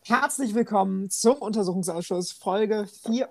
Herzlich willkommen zum Untersuchungsausschuss Folge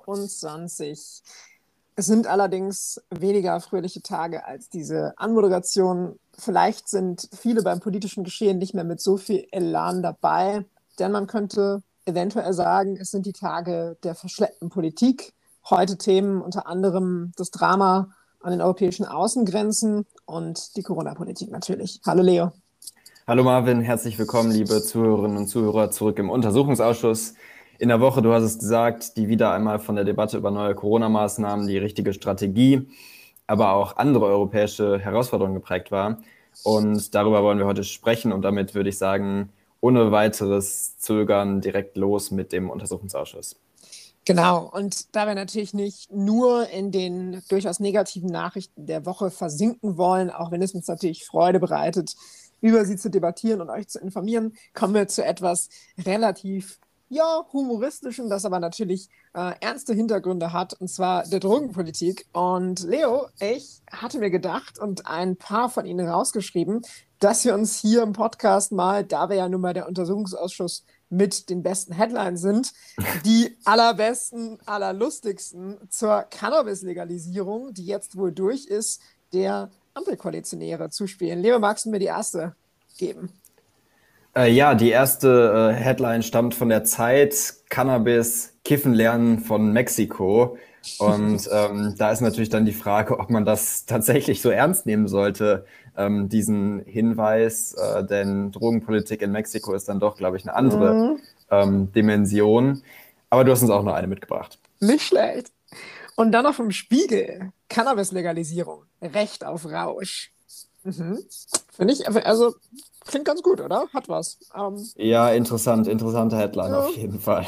24. Es sind allerdings weniger fröhliche Tage als diese Anmoderation. Vielleicht sind viele beim politischen Geschehen nicht mehr mit so viel Elan dabei, denn man könnte eventuell sagen, es sind die Tage der verschleppten Politik. Heute Themen unter anderem das Drama an den europäischen Außengrenzen und die Corona-Politik natürlich. Hallo Leo. Hallo Marvin, herzlich willkommen, liebe Zuhörerinnen und Zuhörer, zurück im Untersuchungsausschuss. In der Woche, du hast es gesagt, die wieder einmal von der Debatte über neue Corona-Maßnahmen, die richtige Strategie, aber auch andere europäische Herausforderungen geprägt war. Und darüber wollen wir heute sprechen und damit würde ich sagen, ohne weiteres Zögern direkt los mit dem Untersuchungsausschuss. Genau, und da wir natürlich nicht nur in den durchaus negativen Nachrichten der Woche versinken wollen, auch wenn es uns natürlich Freude bereitet, über sie zu debattieren und euch zu informieren, kommen wir zu etwas relativ, ja, humoristischem, das aber natürlich ernste Hintergründe hat, und zwar der Drogenpolitik. Und Leo, ich hatte mir gedacht und ein paar von Ihnen rausgeschrieben, dass wir uns hier im Podcast mal, da wir ja nun mal der Untersuchungsausschuss mit den besten Headlines sind, die allerbesten, allerlustigsten zur Cannabis-Legalisierung, die jetzt wohl durch ist, der Ampelkoalitionäre zuspielen. Leo, magst du mir die erste geben? Ja, die erste Headline stammt von der Zeit: Cannabis, Kiffen lernen von Mexiko. Und da ist natürlich dann die Frage, ob man das tatsächlich so ernst nehmen sollte, diesen Hinweis, denn Drogenpolitik in Mexiko ist dann doch, glaube ich, eine andere Dimension. Aber du hast uns auch noch eine mitgebracht. Nicht schlecht. Und dann noch vom Spiegel. Cannabis-Legalisierung. Recht auf Rausch. Finde ich, also klingt ganz gut, oder? Hat was. Ja, interessante Headline auf Ja. jeden Fall.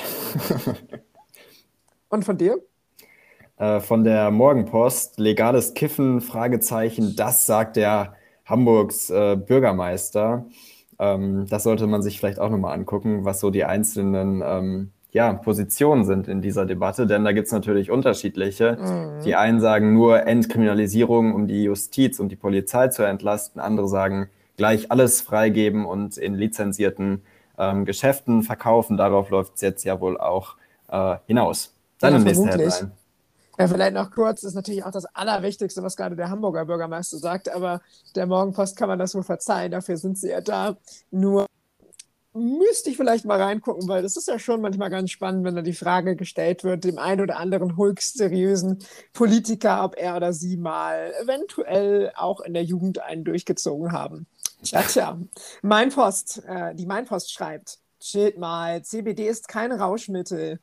Und von dir? Von der Morgenpost: legales Kiffen, Fragezeichen, das sagt der Hamburgs Bürgermeister. Das sollte man sich vielleicht auch nochmal angucken, was so die einzelnen Positionen sind in dieser Debatte, denn da gibt es natürlich unterschiedliche. Die einen sagen nur Entkriminalisierung, um die Justiz und die Polizei zu entlasten. Andere sagen gleich alles freigeben und in lizenzierten Geschäften verkaufen. Darauf läuft es jetzt ja wohl auch hinaus. Ja, Deine nächste vermutlich. Headline. Ja, vielleicht noch kurz, ist natürlich auch das Allerwichtigste, was gerade der Hamburger Bürgermeister sagt, aber der Morgenpost kann man das wohl verzeihen, dafür sind sie ja da. Nur müsste ich vielleicht mal reingucken, weil das ist ja schon manchmal ganz spannend, wenn da die Frage gestellt wird, dem einen oder anderen höchst seriösen Politiker, ob er oder sie mal eventuell auch in der Jugend einen durchgezogen haben. Tja, die Mainpost schreibt, chillt mal, CBD ist kein Rauschmittel.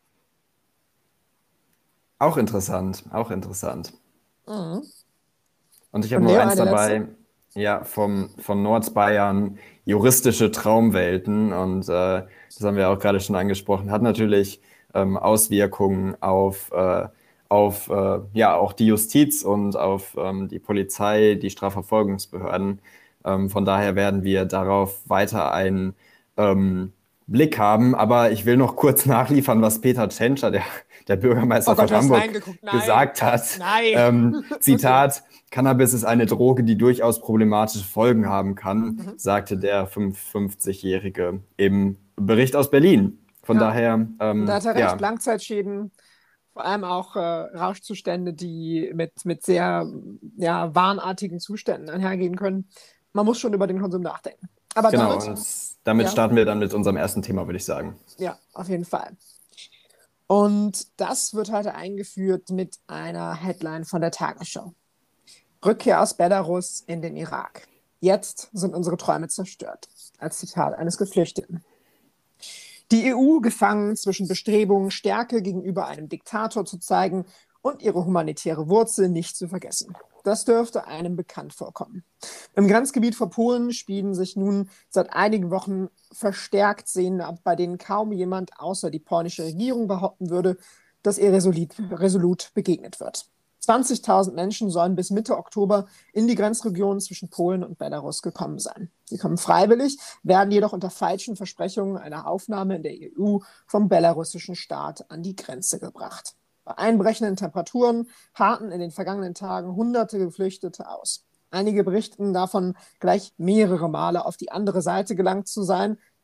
Auch interessant, auch interessant. Mhm. Und ich habe Und noch Leo, eins eine letzte? dabei, ja, von Nordbayern: juristische Traumwelten. Und das haben wir auch gerade schon angesprochen, hat natürlich Auswirkungen auf ja, auch die Justiz und auf die Polizei, die Strafverfolgungsbehörden. Von daher werden wir darauf weiter einen Blick haben. Aber ich will noch kurz nachliefern, was Peter Tschentscher, der Oh Bürgermeister Gott, von du hast Hamburg, reingeguckt. Nein, gesagt hat. nein. Okay. Zitat: Cannabis ist eine Droge, die durchaus problematische Folgen haben kann, Mhm. sagte der 55-Jährige im Bericht aus Berlin. Von Ja, daher, und da hat er recht. ja, Langzeitschäden, vor allem auch Rauschzustände, die mit sehr ja, wahnartigen Zuständen einhergehen können. Man muss schon über den Konsum nachdenken. Aber genau. damit, Und damit ja, starten wir dann mit unserem ersten Thema, würde ich sagen. ja, auf jeden Fall. Und das wird heute eingeführt mit einer Headline von der Tagesschau. Rückkehr aus Belarus in den Irak. Jetzt sind unsere Träume zerstört. Als Zitat eines Geflüchteten. Die EU gefangen zwischen Bestrebungen, Stärke gegenüber einem Diktator zu zeigen und ihre humanitäre Wurzel nicht zu vergessen. Das dürfte einem bekannt vorkommen. Im Grenzgebiet vor Polen spielen sich nun seit einigen Wochen verstärkt Szenen ab, bei denen kaum jemand außer die polnische Regierung behaupten würde, dass ihr resolut begegnet wird. 20.000 Menschen sollen bis Mitte Oktober in die Grenzregion zwischen Polen und Belarus gekommen sein. Sie kommen freiwillig, werden jedoch unter falschen Versprechungen einer Aufnahme in der EU vom belarussischen Staat an die Grenze gebracht. Bei einbrechenden Temperaturen harten in den vergangenen Tagen Hunderte Geflüchtete aus. Einige berichten davon, gleich mehrere Male auf die andere Seite gelangt zu sein,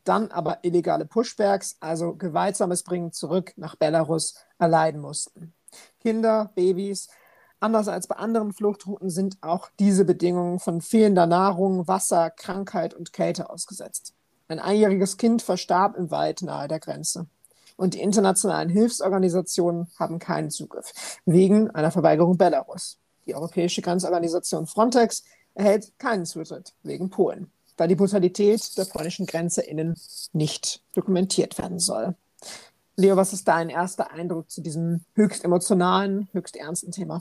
dann aber illegale Pushbacks, also gewaltsames Bringen zurück nach Belarus, erleiden mussten. Kinder, Babys, anders als bei anderen Fluchtrouten sind auch diese Bedingungen von fehlender Nahrung, Wasser, Krankheit und Kälte ausgesetzt. Ein einjähriges Kind verstarb im Wald nahe der Grenze. Und die internationalen Hilfsorganisationen haben keinen Zugriff, wegen einer Verweigerung Belarus. Die europäische Grenzorganisation Frontex erhält keinen Zutritt, wegen Polen, da die Brutalität der polnischen GrenzerInnen nicht dokumentiert werden soll. Leo, was ist dein erster Eindruck zu diesem höchst emotionalen, höchst ernsten Thema?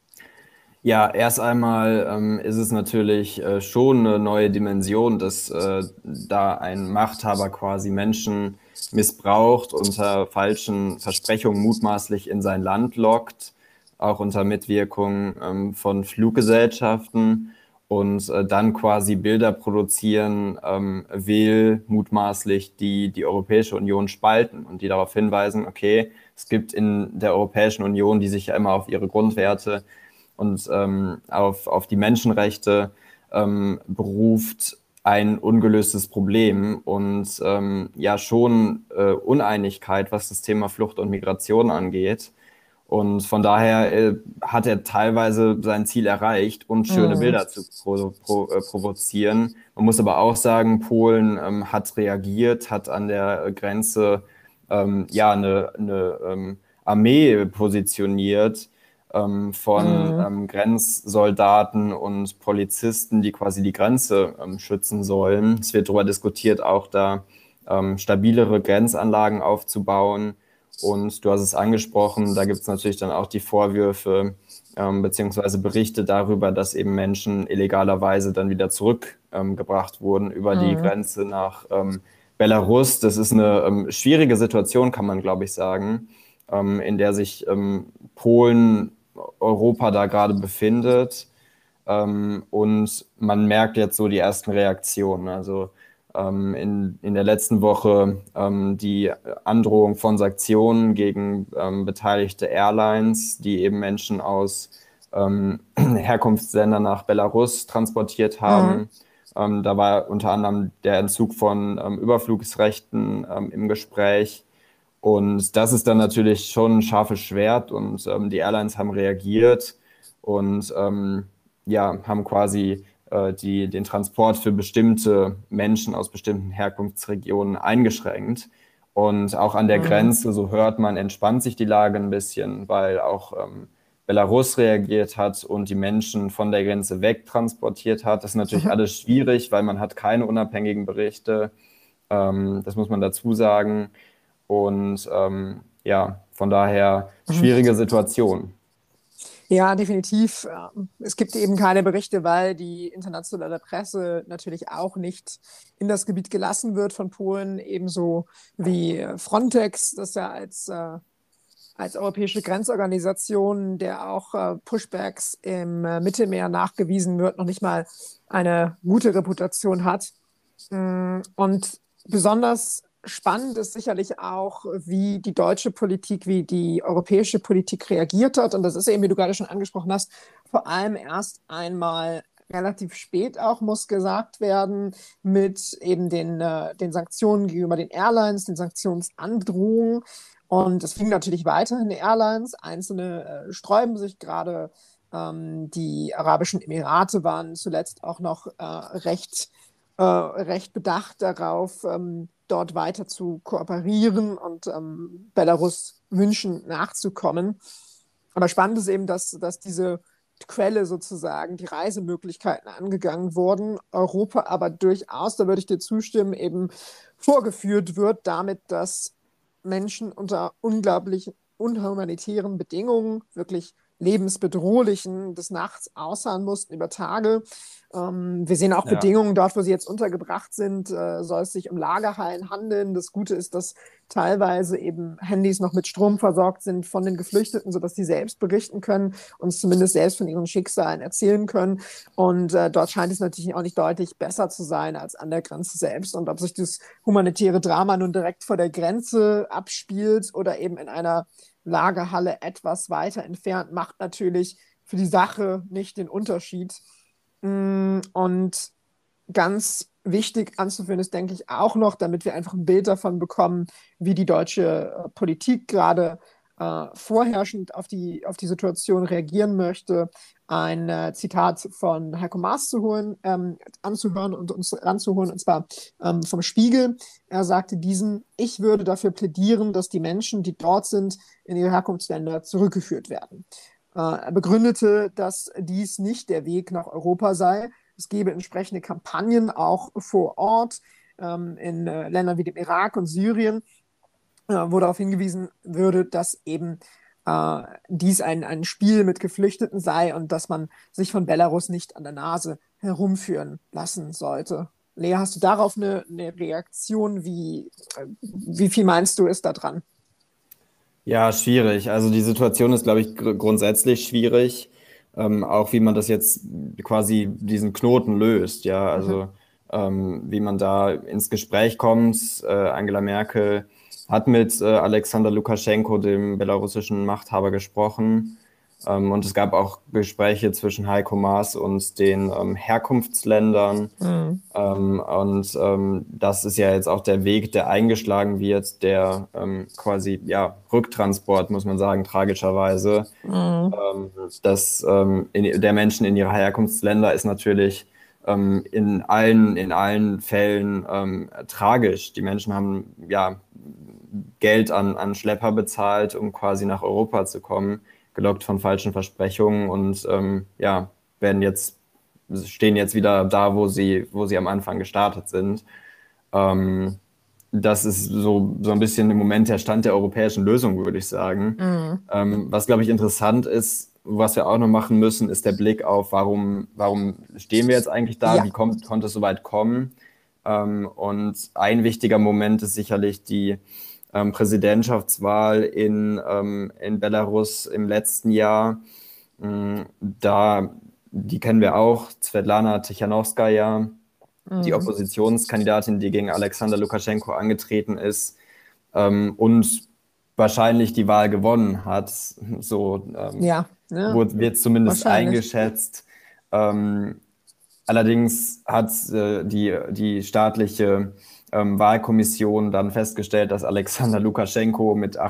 Ja, erst einmal ist es natürlich schon eine neue Dimension, dass da ein Machthaber quasi Menschen missbraucht, unter falschen Versprechungen mutmaßlich in sein Land lockt, auch unter Mitwirkung von Fluggesellschaften und dann quasi Bilder produzieren will, mutmaßlich die Europäische Union spalten und die darauf hinweisen, okay, es gibt in der Europäischen Union, die sich ja immer auf ihre Grundwerte und auf die Menschenrechte beruft, ein ungelöstes Problem und ja schon Uneinigkeit, was das Thema Flucht und Migration angeht. Und von daher hat er teilweise sein Ziel erreicht und schöne Bilder zu provozieren. Man muss aber auch sagen, Polen hat reagiert, hat an der Grenze ja eine Armee positioniert, von Grenzsoldaten und Polizisten, die quasi die Grenze schützen sollen. Es wird darüber diskutiert, auch da stabilere Grenzanlagen aufzubauen. Und du hast es angesprochen, da gibt es natürlich dann auch die Vorwürfe beziehungsweise Berichte darüber, dass eben Menschen illegalerweise dann wieder zurückgebracht wurden über die Grenze nach Belarus. Das ist eine schwierige Situation, kann man, glaube ich, sagen, in der sich Polen, Europa da gerade befindet. Und man merkt jetzt so die ersten Reaktionen. Also in der letzten Woche die Androhung von Sanktionen gegen beteiligte Airlines, die eben Menschen aus Herkunftsländern nach Belarus transportiert haben. Da war unter anderem der Entzug von Überflugsrechten im Gespräch. Und das ist dann natürlich schon ein scharfes Schwert und die Airlines haben reagiert und ja, haben quasi den Transport für bestimmte Menschen aus bestimmten Herkunftsregionen eingeschränkt. Und auch an der Grenze, so hört man, entspannt sich die Lage ein bisschen, weil auch Belarus reagiert hat und die Menschen von der Grenze wegtransportiert hat. Das ist natürlich alles schwierig, weil man hat keine unabhängigen Berichte. Das muss man dazu sagen. Und ja, von daher schwierige Situation. Ja, definitiv. Es gibt eben keine Berichte, weil die internationale Presse natürlich auch nicht in das Gebiet gelassen wird von Polen, ebenso wie Frontex, das ja als europäische Grenzorganisation, der auch Pushbacks im Mittelmeer nachgewiesen wird, noch nicht mal eine gute Reputation hat. Und besonders spannend ist sicherlich auch, wie die deutsche Politik, wie die europäische Politik reagiert hat. Und das ist eben, wie du gerade schon angesprochen hast, vor allem erst einmal relativ spät auch, muss gesagt werden, mit eben den Sanktionen gegenüber den Airlines, den Sanktionsandrohungen. Und es fliegen natürlich weiterhin Airlines. Einzelne sträuben sich gerade. Die Arabischen Emirate waren zuletzt auch noch recht bedacht darauf, dort weiter zu kooperieren und Belarus Wünschen nachzukommen. Aber spannend ist eben, dass diese Quelle sozusagen, die Reisemöglichkeiten angegangen wurden, Europa aber durchaus, da würde ich dir zustimmen, eben vorgeführt wird damit, dass Menschen unter unglaublich unhumanitären Bedingungen, wirklich lebensbedrohlichen, des Nachts ausharren mussten über Tage. Wir sehen auch Ja. Bedingungen dort, wo sie jetzt untergebracht sind, soll es sich um Lagerhallen handeln. Das Gute ist, dass teilweise eben Handys noch mit Strom versorgt sind von den Geflüchteten, sodass sie selbst berichten können, uns zumindest selbst von ihren Schicksalen erzählen können. Und dort scheint es natürlich auch nicht deutlich besser zu sein als an der Grenze selbst. Und ob sich das humanitäre Drama nun direkt vor der Grenze abspielt oder eben in einer Lagerhalle etwas weiter entfernt, macht natürlich für die Sache nicht den Unterschied. Und ganz wichtig anzuführen ist, denke ich, auch noch, damit wir einfach ein Bild davon bekommen, wie die deutsche Politik gerade vorherrschend auf die Situation reagieren möchte, ein Zitat von Heiko Maas zu holen, anzuhören und uns ranzuholen, und zwar vom Spiegel. Er sagte diesen: Ich würde dafür plädieren, dass die Menschen, die dort sind, in ihre Herkunftsländer zurückgeführt werden. Er begründete, dass dies nicht der Weg nach Europa sei. Es gebe entsprechende Kampagnen auch vor Ort in Ländern wie dem Irak und Syrien, wo darauf hingewiesen würde, dass eben dies ein Spiel mit Geflüchteten sei und dass man sich von Belarus nicht an der Nase herumführen lassen sollte. Lea, hast du darauf eine Reaktion? Wie viel meinst du, ist da dran? Ja, schwierig. Also die Situation ist, glaube ich, grundsätzlich schwierig. Auch wie man das jetzt quasi diesen Knoten löst, ja, Mhm. also wie man da ins Gespräch kommt. Angela Merkel hat mit Alexander Lukaschenko, dem belarussischen Machthaber, gesprochen. Und es gab auch Gespräche zwischen Heiko Maas und den Herkunftsländern. Mhm. Das ist ja jetzt auch der Weg, der eingeschlagen wird, der quasi, ja, Rücktransport, muss man sagen, tragischerweise, Mhm. der Menschen in ihre Herkunftsländer ist natürlich in allen Fällen tragisch. Die Menschen haben ja Geld an Schlepper bezahlt, um quasi nach Europa zu kommen, gelockt von falschen Versprechungen und ja, werden jetzt, stehen jetzt wieder da, wo sie am Anfang gestartet sind. Ähm, Das ist so ein bisschen im Moment der Stand der europäischen Lösung, würde ich sagen. Mhm. Was, glaube ich, interessant ist, was wir auch noch machen müssen, ist der Blick auf, warum stehen wir jetzt eigentlich da? Ja. Konnte es so weit kommen? Und ein wichtiger Moment ist sicherlich die Präsidentschaftswahl in Belarus im letzten Jahr. Da, die kennen wir auch, Svetlana Tichanowskaja, die Mhm. Oppositionskandidatin, die gegen Alexander Lukaschenko angetreten ist und wahrscheinlich die Wahl gewonnen hat. So Ja, ja, wird zumindest wahrscheinlich. eingeschätzt. Ähm, Allerdings hat die staatliche Wahlkommission dann festgestellt, dass Alexander Lukaschenko mit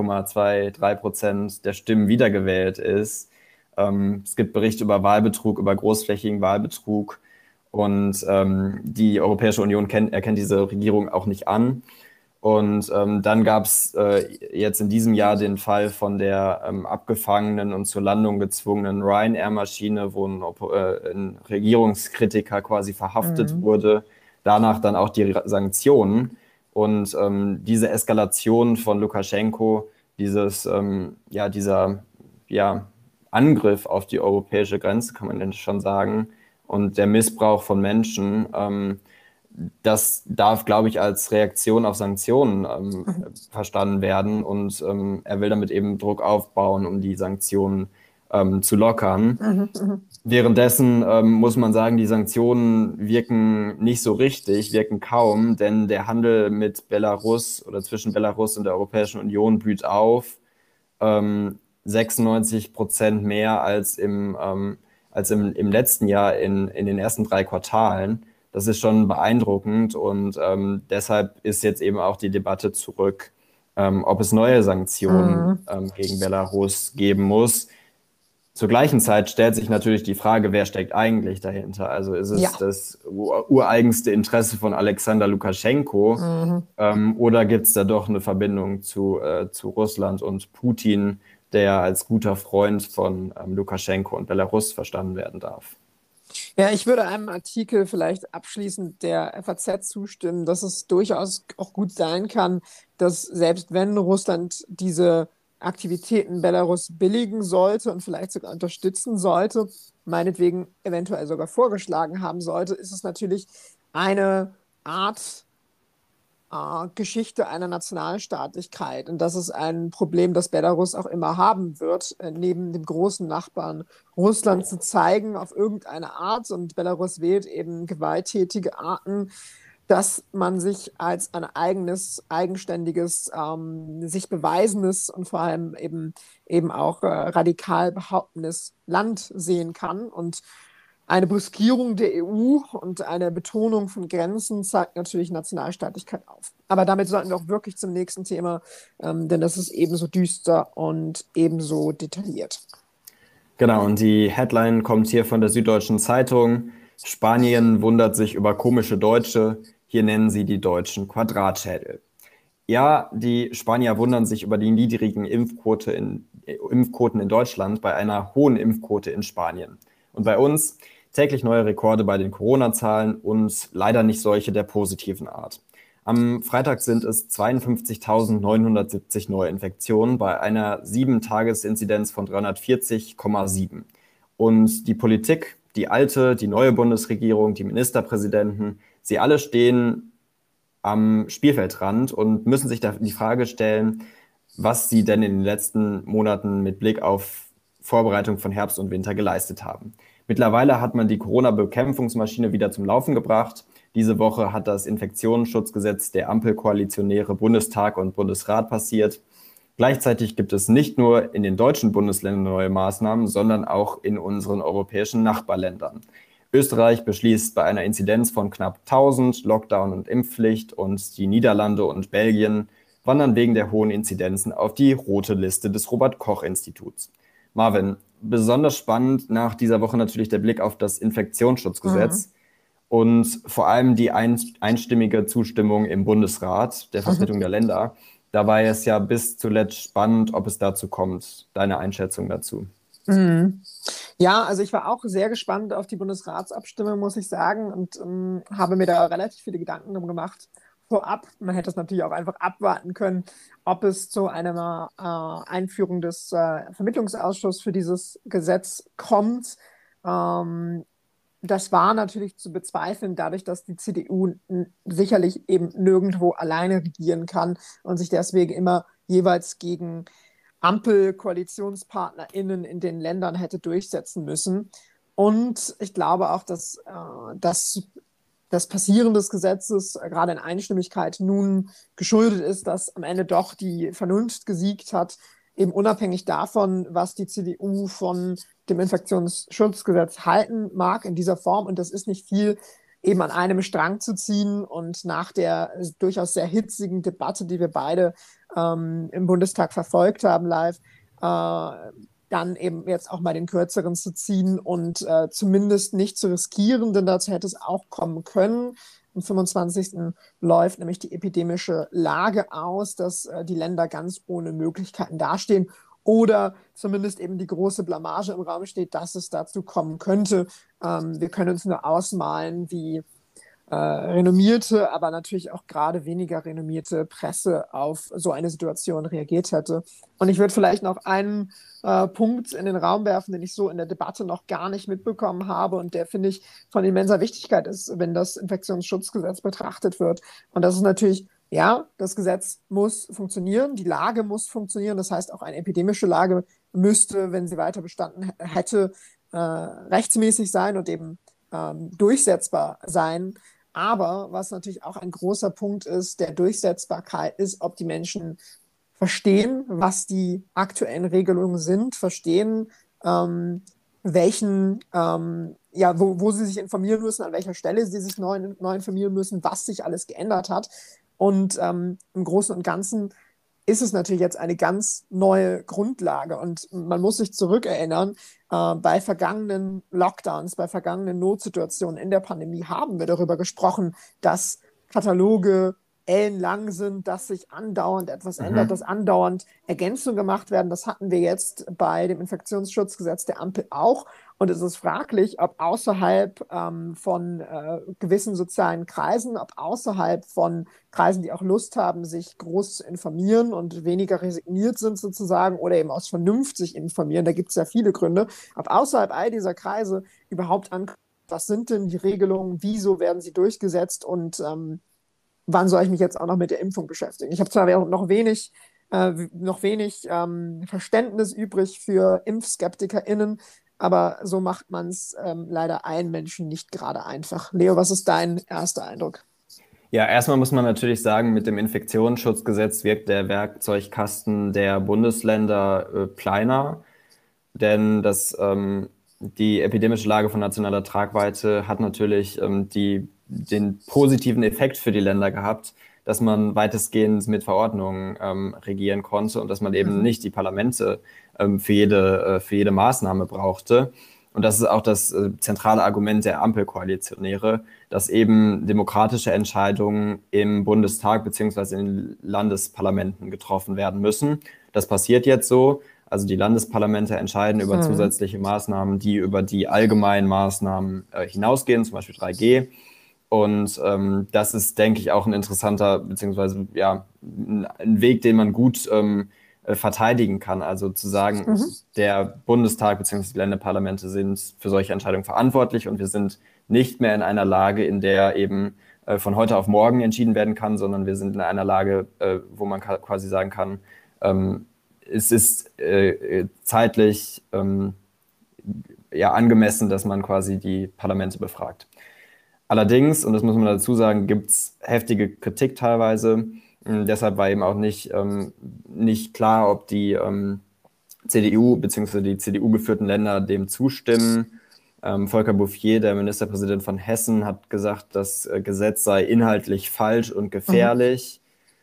80,23% der Stimmen wiedergewählt ist. Es gibt Berichte über Wahlbetrug, über großflächigen Wahlbetrug. Und die Europäische Union erkennt diese Regierung auch nicht an. Und dann gab es jetzt in diesem Jahr den Fall von der abgefangenen und zur Landung gezwungenen Ryanair-Maschine, wo ein Regierungskritiker quasi verhaftet Mhm. wurde. Danach dann auch die Sanktionen. Und diese Eskalation von Lukaschenko, dieser ja, Angriff auf die europäische Grenze, kann man denn schon sagen, und der Missbrauch von Menschen, das darf, glaube ich, als Reaktion auf Sanktionen Mhm. verstanden werden. Und er will damit eben Druck aufbauen, um die Sanktionen zu lockern. Mhm. Mhm. Währenddessen muss man sagen, die Sanktionen wirken nicht so richtig, wirken kaum, denn der Handel mit Belarus oder zwischen Belarus und der Europäischen Union blüht auf. 96% mehr als im letzten Jahr in den ersten 3 Quartalen. Das ist schon beeindruckend und deshalb ist jetzt eben auch die Debatte zurück, ob es neue Sanktionen Mhm. gegen Belarus geben muss. Zur gleichen Zeit stellt sich natürlich die Frage, wer steckt eigentlich dahinter? Also ist es Ja. das ureigenste Interesse von Alexander Lukaschenko Mhm. oder gibt es da doch eine Verbindung zu Russland und Putin, der als guter Freund von Lukaschenko und Belarus verstanden werden darf? Ja, ich würde einem Artikel vielleicht abschließend der FAZ zustimmen, dass es durchaus auch gut sein kann, dass selbst wenn Russland diese Aktivitäten Belarus billigen sollte und vielleicht sogar unterstützen sollte, meinetwegen eventuell sogar vorgeschlagen haben sollte, ist es natürlich eine Art Geschichte einer Nationalstaatlichkeit. Und das ist ein Problem, das Belarus auch immer haben wird, neben dem großen Nachbarn Russland zu zeigen auf irgendeine Art. Und Belarus wählt eben gewalttätige Arten, dass man sich als ein eigenes, eigenständiges, sich beweisendes und vor allem eben auch radikal behauptendes Land sehen kann. Und Eine Brüskierung der EU und eine Betonung von Grenzen zeigt natürlich Nationalstaatlichkeit auf. Aber damit sollten wir auch wirklich zum nächsten Thema, denn das ist ebenso düster und ebenso detailliert. Genau, und die Headline kommt hier von der Süddeutschen Zeitung. Spanien wundert sich über komische Deutsche. Hier nennen sie die Deutschen Quadratschädel. Ja, die Spanier wundern sich über die niedrigen Impfquoten in Deutschland bei einer hohen Impfquote in Spanien. Und bei uns täglich neue Rekorde bei den Corona-Zahlen und leider nicht solche der positiven Art. Am Freitag sind es 52.970 Neuinfektionen bei einer 7-Tages-Inzidenz von 340,7. Und die Politik, die alte, die neue Bundesregierung, die Ministerpräsidenten, sie alle stehen am Spielfeldrand und müssen sich da die Frage stellen, was sie denn in den letzten Monaten mit Blick auf Vorbereitung von Herbst und Winter geleistet haben. Mittlerweile hat man die Corona-Bekämpfungsmaschine wieder zum Laufen gebracht. Diese Woche hat das Infektionsschutzgesetz der Ampelkoalitionäre Bundestag und Bundesrat passiert. Gleichzeitig gibt es nicht nur in den deutschen Bundesländern neue Maßnahmen, sondern auch in unseren europäischen Nachbarländern. Österreich beschließt bei einer Inzidenz von knapp 1000 Lockdown und Impfpflicht und die Niederlande und Belgien wandern wegen der hohen Inzidenzen auf die rote Liste des Robert-Koch-Instituts. Marvin, besonders spannend nach dieser Woche natürlich der Blick auf das Infektionsschutzgesetz und vor allem die einstimmige Zustimmung im Bundesrat der Vertretung der Länder. Da war es ja bis zuletzt spannend, ob es dazu kommt. Deine Einschätzung dazu? Ja, also ich war auch sehr gespannt auf die Bundesratsabstimmung, muss ich sagen, und habe mir da relativ viele Gedanken drum gemacht vorab. Man hätte es natürlich auch einfach abwarten können, ob es zu einer Einführung des Vermittlungsausschusses für dieses Gesetz kommt. Ähm, Das war natürlich zu bezweifeln, dadurch, dass die CDU sicherlich eben nirgendwo alleine regieren kann und sich deswegen immer jeweils gegen AmpelkoalitionspartnerInnen in den Ländern hätte durchsetzen müssen. Und ich glaube auch, dass das Passieren des Gesetzes gerade in Einstimmigkeit nun geschuldet ist, dass am Ende doch die Vernunft gesiegt hat, eben unabhängig davon, was die CDU von dem Infektionsschutzgesetz halten mag in dieser Form. Und das ist nicht viel, eben an einem Strang zu ziehen und nach der durchaus sehr hitzigen Debatte, die wir beide im Bundestag verfolgt haben live, dann eben jetzt auch mal den Kürzeren zu ziehen und zumindest nicht zu riskieren, denn dazu hätte es auch kommen können. Am 25. läuft nämlich die epidemische Lage aus, dass die Länder ganz ohne Möglichkeiten dastehen oder zumindest eben die große Blamage im Raum steht, dass es dazu kommen könnte. Wir können uns nur ausmalen, wie renommierte, aber natürlich auch gerade weniger renommierte Presse auf so eine Situation reagiert hätte. Und ich würde vielleicht noch einen Punkt in den Raum werfen, den ich so in der Debatte noch gar nicht mitbekommen habe und der, finde ich, von immenser Wichtigkeit ist, wenn das Infektionsschutzgesetz betrachtet wird. Und das ist natürlich, ja, das Gesetz muss funktionieren, die Lage muss funktionieren. Das heißt, auch eine epidemische Lage müsste, wenn sie weiter bestanden hätte, rechtsmäßig sein und eben durchsetzbar sein. Aber was natürlich auch ein großer Punkt ist, der Durchsetzbarkeit ist, ob die Menschen verstehen, was die aktuellen Regelungen sind, verstehen, wo sie sich informieren müssen, an welcher Stelle sie sich neu informieren müssen, was sich alles geändert hat. Und im Großen und Ganzen ist es natürlich jetzt eine ganz neue Grundlage. Und man muss sich zurückerinnern, bei vergangenen Lockdowns, bei vergangenen Notsituationen in der Pandemie haben wir darüber gesprochen, dass Kataloge ellenlang sind, dass sich andauernd etwas ändert, dass andauernd Ergänzungen gemacht werden. Das hatten wir jetzt bei dem Infektionsschutzgesetz der Ampel auch. Und es ist fraglich, ob außerhalb von gewissen sozialen Kreisen, ob außerhalb von Kreisen, die auch Lust haben, sich groß zu informieren und weniger resigniert sind sozusagen oder eben aus Vernunft sich informieren, da gibt es ja viele Gründe, ob außerhalb all dieser Kreise überhaupt ankommt, was sind denn die Regelungen, wieso werden sie durchgesetzt und wann soll ich mich jetzt auch noch mit der Impfung beschäftigen? Ich habe zwar noch wenig Verständnis übrig für ImpfskeptikerInnen, aber so macht man es leider allen Menschen nicht gerade einfach. Leo, was ist dein erster Eindruck? Ja, erstmal muss man natürlich sagen, mit dem Infektionsschutzgesetz wirkt der Werkzeugkasten der Bundesländer kleiner, denn das die epidemische Lage von nationaler Tragweite hat natürlich den positiven Effekt für die Länder gehabt, dass man weitestgehend mit Verordnungen regieren konnte und dass man eben nicht die Parlamente für jede Maßnahme brauchte. Und das ist auch das zentrale Argument der Ampelkoalitionäre, dass eben demokratische Entscheidungen im Bundestag beziehungsweise in den Landesparlamenten getroffen werden müssen. Das passiert jetzt so. Also die Landesparlamente entscheiden über Mhm. zusätzliche Maßnahmen, die über die allgemeinen Maßnahmen hinausgehen, zum Beispiel 3G. Und das ist, denke ich, auch ein interessanter, beziehungsweise ja, ein Weg, den man gut verteidigen kann. Also zu sagen, Mhm. der Bundestag bzw. die Länderparlamente sind für solche Entscheidungen verantwortlich und wir sind nicht mehr in einer Lage, in der eben von heute auf morgen entschieden werden kann, sondern wir sind in einer Lage, wo man quasi sagen kann, es ist zeitlich ja, angemessen, dass man quasi die Parlamente befragt. Allerdings, und das muss man dazu sagen, gibt es heftige Kritik teilweise. Deshalb war eben auch nicht klar, ob die CDU bzw. die CDU-geführten Länder dem zustimmen. Volker Bouffier, der Ministerpräsident von Hessen, hat gesagt, das Gesetz sei inhaltlich falsch und Mhm. gefährlich.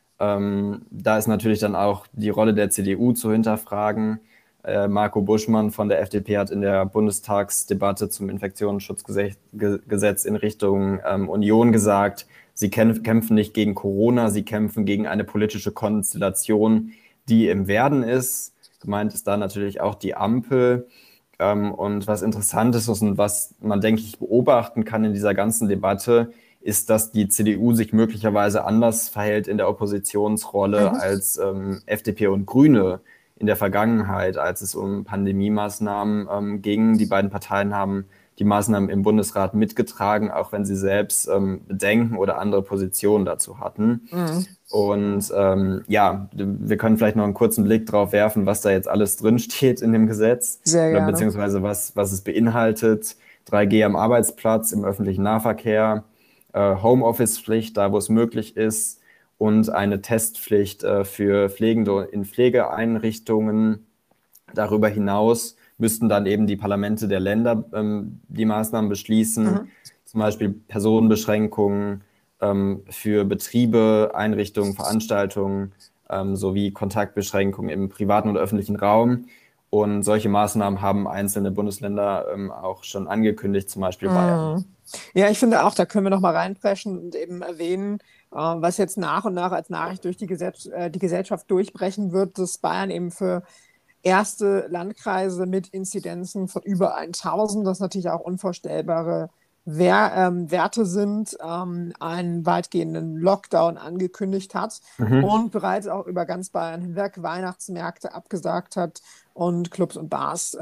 Da ist natürlich dann auch die Rolle der CDU zu hinterfragen. Marco Buschmann von der FDP hat in der Bundestagsdebatte zum Infektionsschutzgesetz in Richtung Union gesagt, sie kämpfen nicht gegen Corona, sie kämpfen gegen eine politische Konstellation, die im Werden ist. Gemeint ist da natürlich auch die Ampel. Und was interessant ist und was man, denke ich, beobachten kann in dieser ganzen Debatte, ist, dass die CDU sich möglicherweise anders verhält in der Oppositionsrolle Mhm. als FDP und Grüne in der Vergangenheit, als es um Pandemie-Maßnahmen ging. Die beiden Parteien haben die Maßnahmen im Bundesrat mitgetragen, auch wenn sie selbst Bedenken oder andere Positionen dazu hatten. Mhm. Und ja, wir können vielleicht noch einen kurzen Blick drauf werfen, was da jetzt alles drinsteht in dem Gesetz Sehr oder gerne. beziehungsweise was es beinhaltet. 3G am Arbeitsplatz, im öffentlichen Nahverkehr, Homeoffice-Pflicht, da wo es möglich ist, und eine Testpflicht für Pflegende in Pflegeeinrichtungen. Darüber hinaus müssten dann eben die Parlamente der Länder die Maßnahmen beschließen, Mhm. zum Beispiel Personenbeschränkungen für Betriebe, Einrichtungen, Veranstaltungen sowie Kontaktbeschränkungen im privaten und öffentlichen Raum. Und solche Maßnahmen haben einzelne Bundesländer auch schon angekündigt, zum Beispiel Bayern. Mhm. Ja, ich finde auch, da können wir noch mal reinpreschen und eben erwähnen, was jetzt nach und nach als Nachricht durch die Gesellschaft durchbrechen wird, dass Bayern eben für erste Landkreise mit Inzidenzen von über 1000, das natürlich auch unvorstellbare Werte sind, einen weitgehenden Lockdown angekündigt hat Mhm. und bereits auch über ganz Bayern hinweg Weihnachtsmärkte abgesagt hat und Clubs und Bars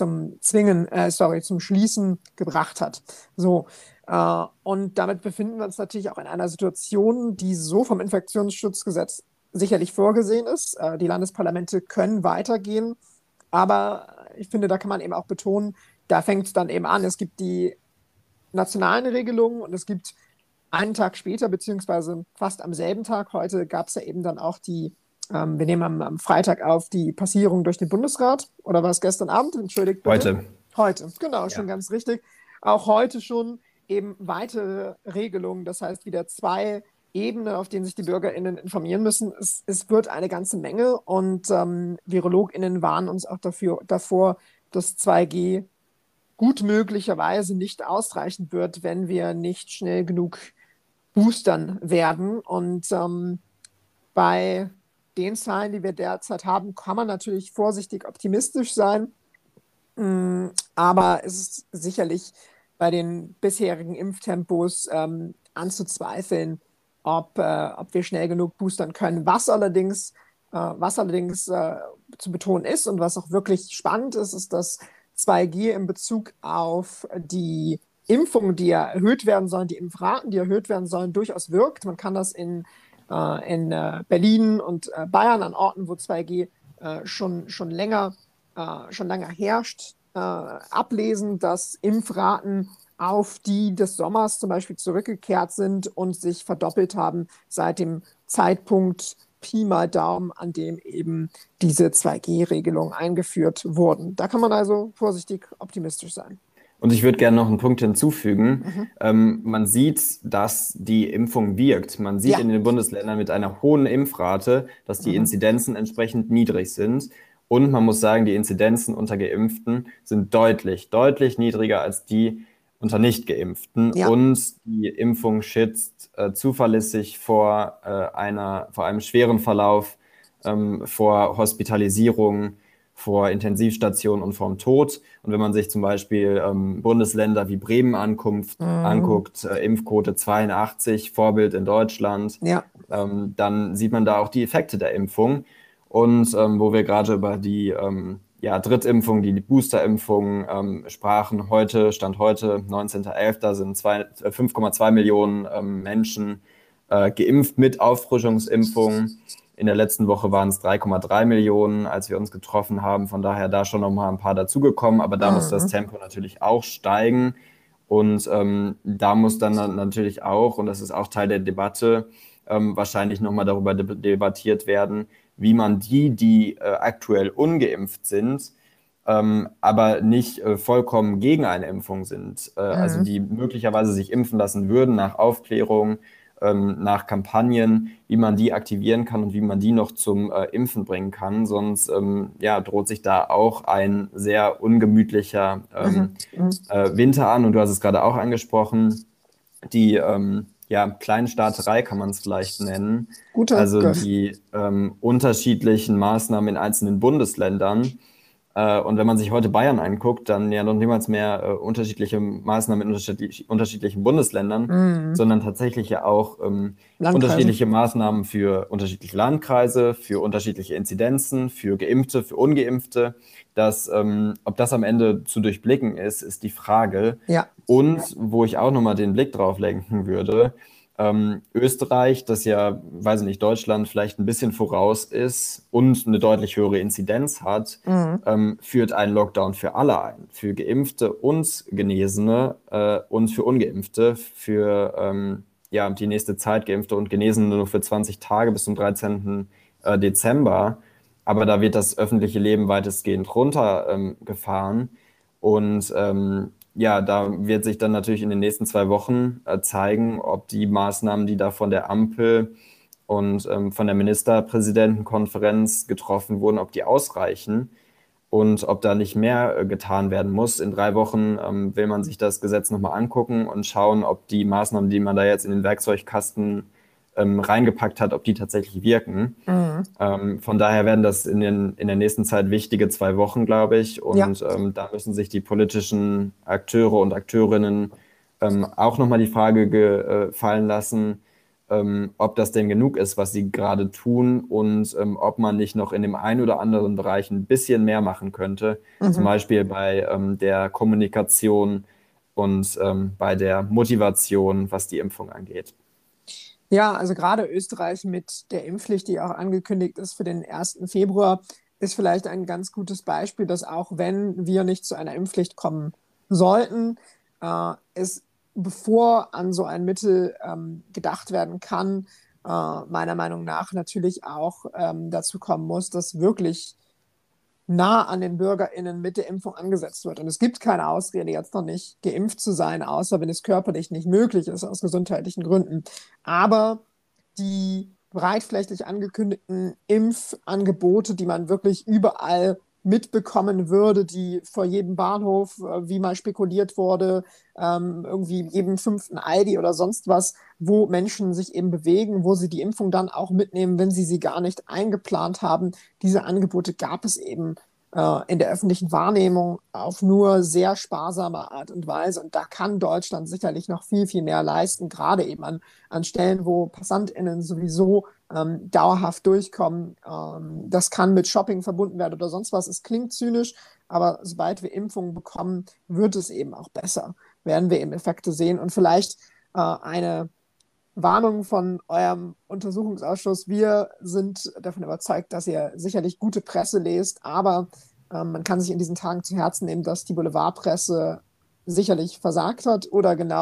zum Schließen gebracht hat. So. Und damit befinden wir uns natürlich auch in einer Situation, die so vom Infektionsschutzgesetz sicherlich vorgesehen ist. Die Landesparlamente können weitergehen, aber ich finde, da kann man eben auch betonen, da fängt es dann eben an. Es gibt die nationalen Regelungen und es gibt einen Tag später, beziehungsweise fast am selben Tag, heute gab es ja eben dann auch wir nehmen am Freitag auf, die Passierung durch den Bundesrat. Oder war es gestern Abend? Entschuldigt bitte. Heute. Heute, genau, schon Ja. ganz richtig. Auch heute schon eben weitere Regelungen, das heißt wieder zwei Ebenen, auf denen sich die BürgerInnen informieren müssen. Es wird eine ganze Menge und VirologInnen warnen uns auch davor, dass 2G gut möglicherweise nicht ausreichen wird, wenn wir nicht schnell genug boostern werden. Und bei den Zahlen, die wir derzeit haben, kann man natürlich vorsichtig optimistisch sein. Aber es ist sicherlich bei den bisherigen Impftempos anzuzweifeln, ob wir schnell genug boostern können. Was allerdings zu betonen ist und was auch wirklich spannend ist, ist, dass 2G in Bezug auf die Impfungen, die ja erhöht werden sollen, die Impfraten, die erhöht werden sollen, durchaus wirkt. Man kann das in Berlin und Bayern an Orten, wo 2G schon länger herrscht, ablesen, dass Impfraten auf die des Sommers zum Beispiel zurückgekehrt sind und sich verdoppelt haben seit dem Zeitpunkt Pi mal Daumen, an dem eben diese 2G-Regelungen eingeführt wurden. Da kann man also vorsichtig optimistisch sein. Und ich würde gerne noch einen Punkt hinzufügen. Mhm. Man sieht, dass die Impfung wirkt. Man sieht Ja. in den Bundesländern mit einer hohen Impfrate, dass die Mhm. Inzidenzen entsprechend niedrig sind. Und man muss sagen, die Inzidenzen unter Geimpften sind deutlich, deutlich niedriger als die unter Nicht-Geimpften. Ja. Und die Impfung schützt zuverlässig vor einem schweren Verlauf, vor Hospitalisierung, vor Intensivstationen und vorm Tod. Und wenn man sich zum Beispiel Bundesländer wie Bremen Mhm. anguckt, Impfquote 82, Vorbild in Deutschland, Ja. dann sieht man da auch die Effekte der Impfung. Und wo wir gerade über die Drittimpfung, die Boosterimpfung sprachen, Stand heute, 19.11., sind 5,2 Millionen Menschen geimpft mit Auffrischungsimpfung. In der letzten Woche waren es 3,3 Millionen, als wir uns getroffen haben. Von daher da schon noch mal ein paar dazugekommen. Aber da muss das Mhm. Tempo natürlich auch steigen. Und da muss dann natürlich auch, und das ist auch Teil der Debatte, wahrscheinlich noch mal darüber debattiert werden, wie man die aktuell ungeimpft sind, aber nicht vollkommen gegen eine Impfung sind, also Mhm. die möglicherweise sich impfen lassen würden nach Aufklärung, nach Kampagnen, wie man die aktivieren kann und wie man die noch zum Impfen bringen kann. Sonst droht sich da auch ein sehr ungemütlicher Mhm. Mhm. Winter an. Und du hast es gerade auch angesprochen, die Kleinstaaterei kann man es vielleicht nennen. Guter Also Griff. die unterschiedlichen Maßnahmen in einzelnen Bundesländern. Und wenn man sich heute Bayern anguckt, dann ja noch niemals mehr unterschiedliche Maßnahmen in unterschiedlichen Bundesländern, Mhm. sondern tatsächlich ja auch Landkreise. unterschiedliche Maßnahmen für unterschiedliche Landkreise, für unterschiedliche Inzidenzen, für Geimpfte, für Ungeimpfte. Ob das am Ende zu durchblicken ist, ist die Frage. Ja. Und wo ich auch nochmal den Blick drauf lenken würde, Österreich, das ja, weiß ich nicht, Deutschland vielleicht ein bisschen voraus ist und eine deutlich höhere Inzidenz hat, Mhm. führt einen Lockdown für alle ein. Für Geimpfte und Genesene und für Ungeimpfte, für die nächste Zeit Geimpfte und Genesene nur für 20 Tage bis zum 13. Dezember. Aber da wird das öffentliche Leben weitestgehend runtergefahren. Und da wird sich dann natürlich in den nächsten 2 Wochen zeigen, ob die Maßnahmen, die da von der Ampel und von der Ministerpräsidentenkonferenz getroffen wurden, ob die ausreichen und ob da nicht mehr getan werden muss. In 3 Wochen will man sich das Gesetz nochmal angucken und schauen, ob die Maßnahmen, die man da jetzt in den Werkzeugkasten reingepackt hat, ob die tatsächlich wirken. Mhm. Von daher werden das in der nächsten Zeit wichtige 2 Wochen, glaube ich. Ja. Und da müssen sich die politischen Akteure und Akteurinnen auch nochmal die Frage gefallen lassen, ob das denn genug ist, was sie gerade tun und ob man nicht noch in dem einen oder anderen Bereich ein bisschen mehr machen könnte. Zum Mhm. Beispiel bei der Kommunikation und bei der Motivation, was die Impfung angeht. Ja, also gerade Österreich mit der Impfpflicht, die auch angekündigt ist für den 1. Februar, ist vielleicht ein ganz gutes Beispiel, dass auch wenn wir nicht zu einer Impfpflicht kommen sollten, es, bevor an so ein Mittel gedacht werden kann, meiner Meinung nach natürlich auch dazu kommen muss, dass wirklich nah an den BürgerInnen mit der Impfung angesetzt wird. Und es gibt keine Ausrede, jetzt noch nicht geimpft zu sein, außer wenn es körperlich nicht möglich ist, aus gesundheitlichen Gründen. Aber die breitflächig angekündigten Impfangebote, die man wirklich überall mitbekommen würde, die vor jedem Bahnhof, wie mal spekuliert wurde, irgendwie jedem 5. Aldi oder sonst was, wo Menschen sich eben bewegen, wo sie die Impfung dann auch mitnehmen, wenn sie gar nicht eingeplant haben. Diese Angebote gab es eben in der öffentlichen Wahrnehmung auf nur sehr sparsame Art und Weise. Und da kann Deutschland sicherlich noch viel, viel mehr leisten, gerade eben an Stellen, wo PassantInnen sowieso dauerhaft durchkommen. Das kann mit Shopping verbunden werden oder sonst was. Es klingt zynisch, aber sobald wir Impfungen bekommen, wird es eben auch besser. Werden wir eben Effekte sehen. Und vielleicht eine Warnung von eurem Untersuchungsausschuss. Wir sind davon überzeugt, dass ihr sicherlich gute Presse lest, aber man kann sich in diesen Tagen zu Herzen nehmen, dass die Boulevardpresse sicherlich versagt hat oder genau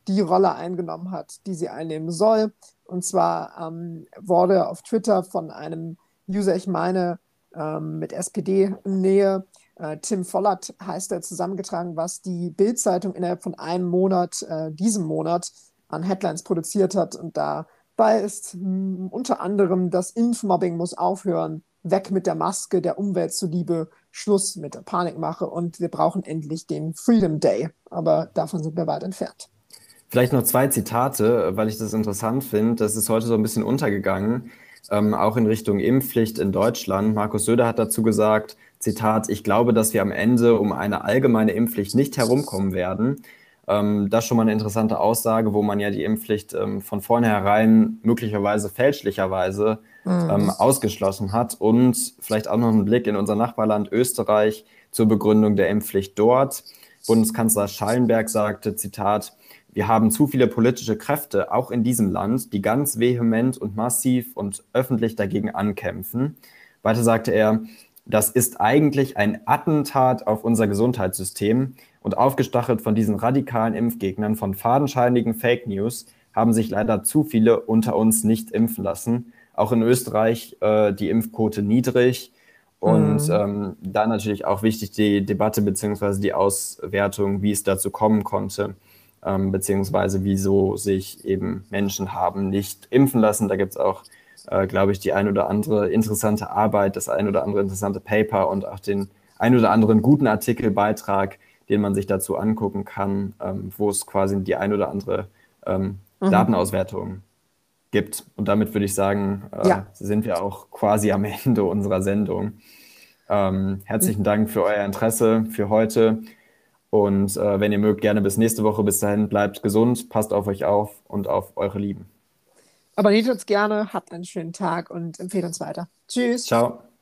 die Rolle eingenommen hat, die sie einnehmen soll. Und zwar wurde auf Twitter von einem User, ich meine, mit SPD-Nähe, Tim Vollert heißt er, zusammengetragen, was die Bild-Zeitung innerhalb von einem Monat, diesem Monat, an Headlines produziert hat. Und dabei ist unter anderem: das Impfmobbing muss aufhören, weg mit der Maske, der Umwelt zuliebe, Schluss mit der Panikmache und wir brauchen endlich den Freedom Day. Aber davon sind wir weit entfernt. Vielleicht noch zwei Zitate, weil ich das interessant finde. Das ist heute so ein bisschen untergegangen, auch in Richtung Impfpflicht in Deutschland. Markus Söder hat dazu gesagt, Zitat: Ich glaube, dass wir am Ende um eine allgemeine Impfpflicht nicht herumkommen werden. Das ist schon mal eine interessante Aussage, wo man ja die Impfpflicht von vornherein möglicherweise fälschlicherweise ausgeschlossen hat. Und vielleicht auch noch einen Blick in unser Nachbarland Österreich zur Begründung der Impfpflicht dort. Bundeskanzler Schallenberg sagte, Zitat: Wir haben zu viele politische Kräfte, auch in diesem Land, die ganz vehement und massiv und öffentlich dagegen ankämpfen. Weiter sagte er: Das ist eigentlich ein Attentat auf unser Gesundheitssystem. Und aufgestachelt von diesen radikalen Impfgegnern, von fadenscheinigen Fake News, haben sich leider zu viele unter uns nicht impfen lassen. Auch in Österreich die Impfquote niedrig. Und da natürlich auch wichtig die Debatte bzw. die Auswertung, wie es dazu kommen konnte, beziehungsweise wieso sich eben Menschen haben nicht impfen lassen. Da gibt es auch, glaube ich, die ein oder andere interessante Arbeit, das ein oder andere interessante Paper und auch den ein oder anderen guten Artikelbeitrag, den man sich dazu angucken kann, wo es quasi die ein oder andere Datenauswertung gibt. Und damit würde ich sagen, Ja. sind wir auch quasi am Ende unserer Sendung. Herzlichen Dank für euer Interesse für heute. Und wenn ihr mögt, gerne bis nächste Woche. Bis dahin, bleibt gesund, passt auf euch auf und auf eure Lieben. Abonniert uns gerne, habt einen schönen Tag und empfehlt uns weiter. Tschüss. Ciao.